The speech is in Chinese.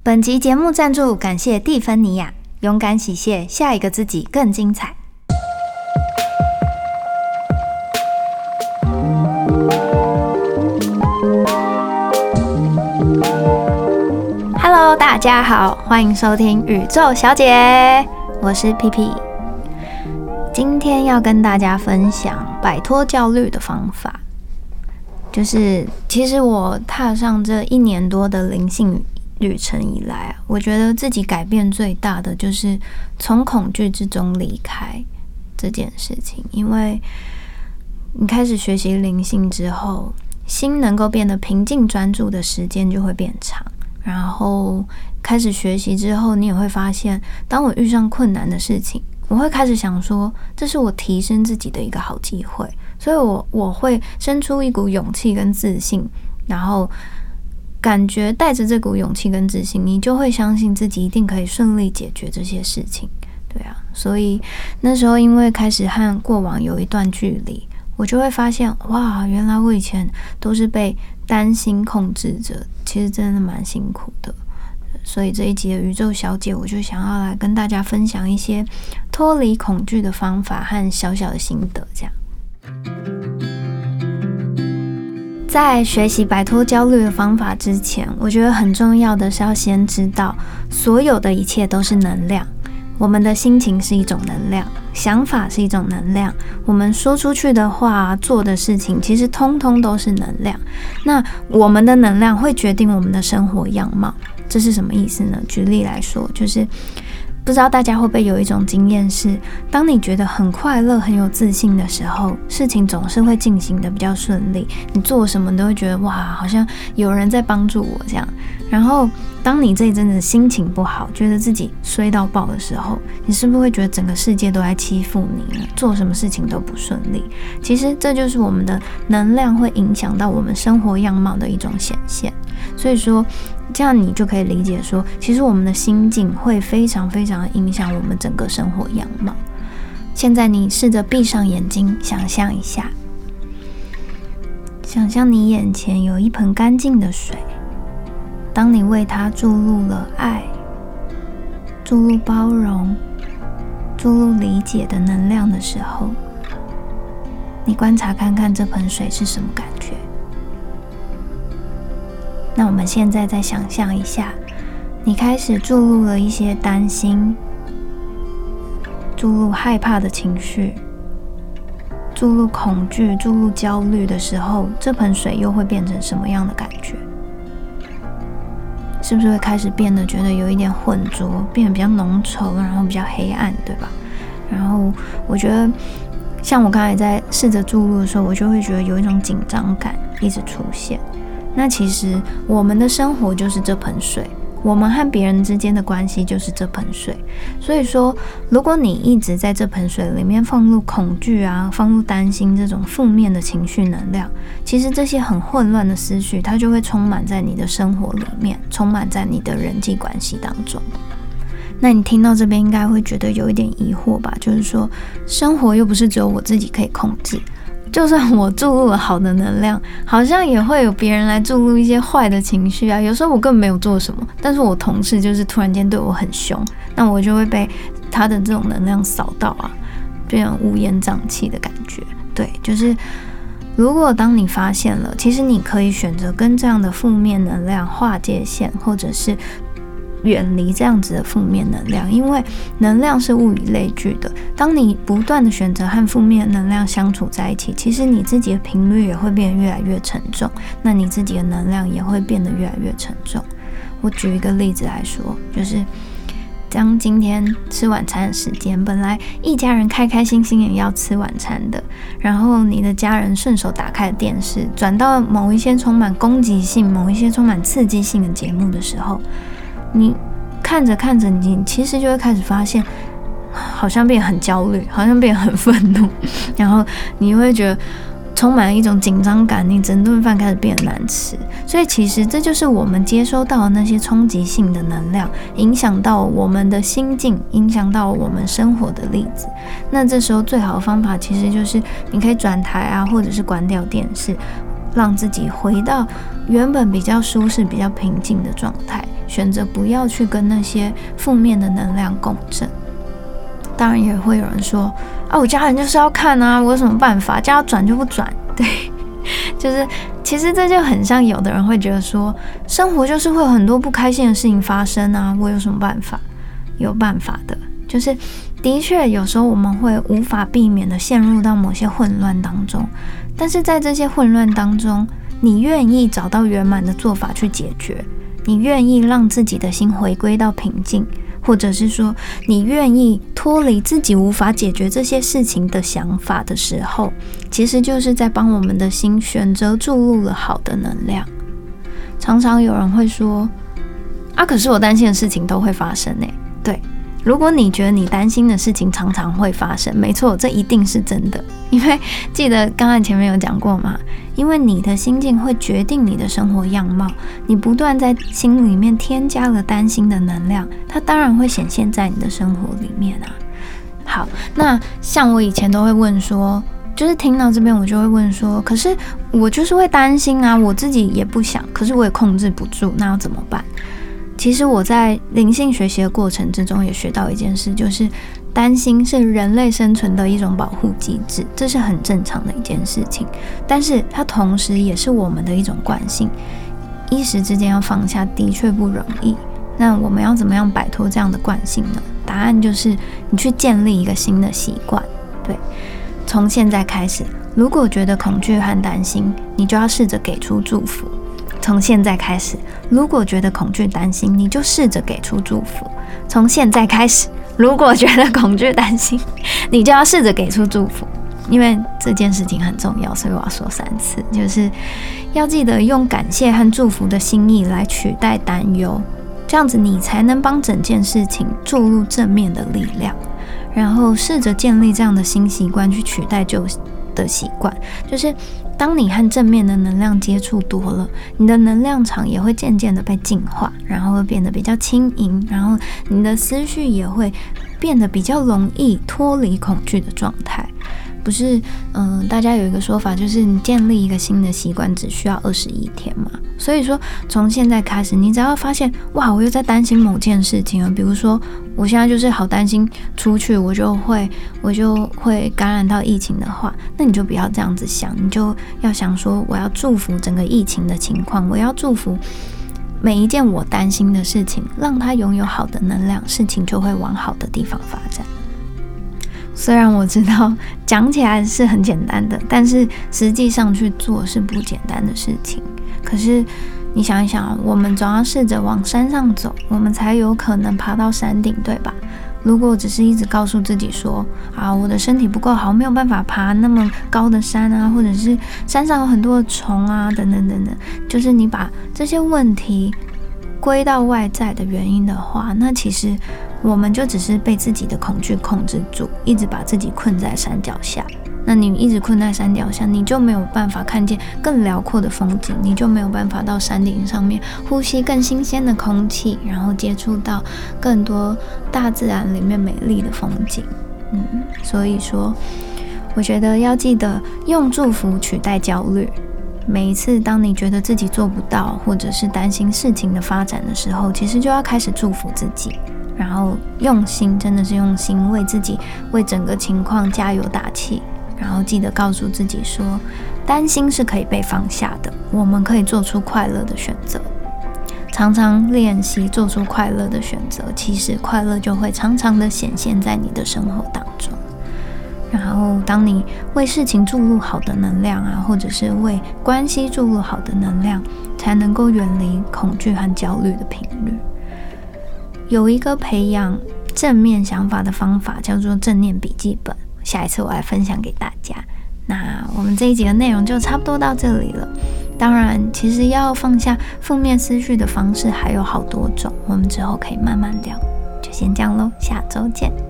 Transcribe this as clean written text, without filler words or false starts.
本集节目赞助感谢蒂芬尼亚，勇敢洗卸，下一个自己更精彩。Hello， 大家好，欢迎收听宇宙小姐，我是 PP。今天要跟大家分享摆脱焦虑的方法。就是其实我踏上这1年多的灵性旅程以来啊，我觉得自己改变最大的就是从恐惧之中离开这件事情。因为你开始学习灵性之后，心能够变得平静专注的时间就会变长，然后开始学习之后，你也会发现，当我遇上困难的事情，我会开始想说，这是我提升自己的一个好机会，所以我会生出一股勇气跟自信，然后感觉带着这股勇气跟自信，你就会相信自己一定可以顺利解决这些事情。对啊，所以那时候因为开始和过往有一段距离，我就会发现，哇，原来我以前都是被担心控制着，其实真的蛮辛苦的。所以这一集的宇宙小姐，我就想要来跟大家分享一些脱离恐惧的方法和小小的心得。这样，在学习摆脱焦虑的方法之前，我觉得很重要的是要先知道，所有的一切都是能量。我们的心情是一种能量，想法是一种能量，我们说出去的话，做的事情，其实通通都是能量。那我们的能量会决定我们的生活样貌。这是什么意思呢？举例来说，就是不知道大家会不会有一种经验是，当你觉得很快乐、很有自信的时候，事情总是会进行的比较顺利，你做什么都会觉得哇，好像有人在帮助我这样。然后当你这一阵子心情不好，觉得自己衰到爆的时候，你是不是会觉得整个世界都在欺负你，做什么事情都不顺利？其实这就是我们的能量会影响到我们生活样貌的一种显现。所以说这样你就可以理解说，其实我们的心境会非常非常影响我们整个生活样貌。现在你试着闭上眼睛，想象一下，想象你眼前有一盆干净的水，当你为它注入了爱，注入包容，注入理解的能量的时候，你观察看看这盆水是什么感觉。那我们现在再想象一下，你开始注入了一些担心，注入害怕的情绪，注入恐惧，注入焦虑的时候，这盆水又会变成什么样的感觉？是不是会开始变得觉得有一点浑浊，变得比较浓稠，然后比较黑暗，对吧？然后我觉得像我刚才在试着注入的时候，我就会觉得有一种紧张感一直出现。那其实我们的生活就是这盆水，我们和别人之间的关系就是这盆水。所以说，如果你一直在这盆水里面放入恐惧啊，放入担心这种负面的情绪能量，其实这些很混乱的思绪，它就会充满在你的生活里面，充满在你的人际关系当中。那你听到这边应该会觉得有一点疑惑吧，就是说，生活又不是只有我自己可以控制，就算我注入了好的能量，好像也会有别人来注入一些坏的情绪啊。有时候我根本没有做什么，但是我同事就是突然间对我很凶，那我就会被他的这种能量扫到啊，变成乌烟瘴气的感觉。对，就是如果当你发现了，其实你可以选择跟这样的负面能量划界限，或者是远离这样子的负面能量，因为能量是物以类聚的。当你不断的选择和负面能量相处在一起，其实你自己的频率也会变得越来越沉重，那你自己的能量也会变得越来越沉重。我举一个例子来说，就是当今天吃晚餐的时间，本来一家人开开心心也要吃晚餐的，然后你的家人顺手打开了电视，转到某一些充满攻击性、某一些充满刺激性的节目的时候，你看着看着，你其实就会开始发现，好像变得很焦虑，好像变得很愤怒，然后你会觉得充满了一种紧张感，你整顿饭开始变得难吃。所以其实这就是我们接收到的那些冲击性的能量，影响到我们的心境，影响到我们生活的例子。那这时候最好的方法其实就是你可以转台啊，或者是关掉电视，让自己回到原本比较舒适、比较平静的状态。 选择不要去跟那些负面的能量共振。当然也会有人说啊，我家人就是要看啊，我有什么办法？叫他转就不转。对，就是其实这就很像有的人会觉得说，生活就是会有很多不开心的事情发生啊，我有什么办法？有办法的，就是的确有时候我们会无法避免的陷入到某些混乱当中，但是在这些混乱当中，你愿意找到圆满的做法去解决，你愿意让自己的心回归到平静，或者是说你愿意脱离自己无法解决这些事情的想法的时候，其实就是在帮我们的心选择注入了好的能量。常常有人会说啊，可是我担心的事情都会发生欸。对，如果你觉得你担心的事情常常会发生，没错，这一定是真的。因为记得刚才前面有讲过嘛，因为你的心境会决定你的生活样貌，你不断在心里面添加了担心的能量，它当然会显现在你的生活里面啊。好，那像我以前都会问说，就是听到这边我就会问说，可是我就是会担心啊，我自己也不想，可是我也控制不住，那要怎么办？其实我在灵性学习的过程之中也学到一件事，就是担心是人类生存的一种保护机制，这是很正常的一件事情，但是它同时也是我们的一种惯性，一时之间要放下的确不容易。那我们要怎么样摆脱这样的惯性呢？答案就是你去建立一个新的习惯。对，从现在开始，如果觉得恐惧和担心，你就要试着给出祝福。从现在开始，如果觉得恐惧担心，你就试着给出祝福。从现在开始，如果觉得恐惧担心，你就要试着给出祝福。因为这件事情很重要，所以我要说3次，就是要记得用感谢和祝福的心意来取代担忧，这样子你才能帮整件事情注入正面的力量，然后试着建立这样的新习惯去取代旧的习惯。就是当你和正面的能量接触多了，你的能量场也会渐渐的被净化，然后会变得比较轻盈，然后你的思绪也会变得比较容易脱离恐惧的状态。不是，大家有一个说法，就是你建立一个新的习惯只需要21天嘛。所以说，从现在开始，你只要发现，哇，我又在担心某件事情了，比如说，我现在就是好担心出去，我就会感染到疫情的话，那你就不要这样子想，你就要想说，我要祝福整个疫情的情况，我要祝福每一件我担心的事情，让它拥有好的能量，事情就会往好的地方发展。虽然我知道讲起来是很简单的，但是实际上去做是不简单的事情。可是你想一想，我们总要试着往山上走，我们才有可能爬到山顶，对吧？如果只是一直告诉自己说啊，我的身体不够好，没有办法爬那么高的山啊，或者是山上有很多的虫啊，等等等等，就是你把这些问题归到外在的原因的话，那其实我们就只是被自己的恐惧控制住，一直把自己困在山脚下。那你一直困在山脚下，你就没有办法看见更辽阔的风景，你就没有办法到山顶上面呼吸更新鲜的空气，然后接触到更多大自然里面美丽的风景。所以说我觉得要记得用祝福取代焦虑。每一次当你觉得自己做不到，或者是担心事情的发展的时候，其实就要开始祝福自己，然后用心，真的是用心为自己，为整个情况加油打气，然后记得告诉自己说，担心是可以被放下的，我们可以做出快乐的选择。常常练习做出快乐的选择，其实快乐就会常常的显现在你的生活当中。然后当你为事情注入好的能量啊，或者是为关系注入好的能量，才能够远离恐惧和焦虑的频率。有一个培养正面想法的方法叫做正念笔记本，下一次我来分享给大家。那我们这一集的内容就差不多到这里了。当然其实要放下负面思绪的方式还有好多种，我们之后可以慢慢聊。就先这样咯，下周见。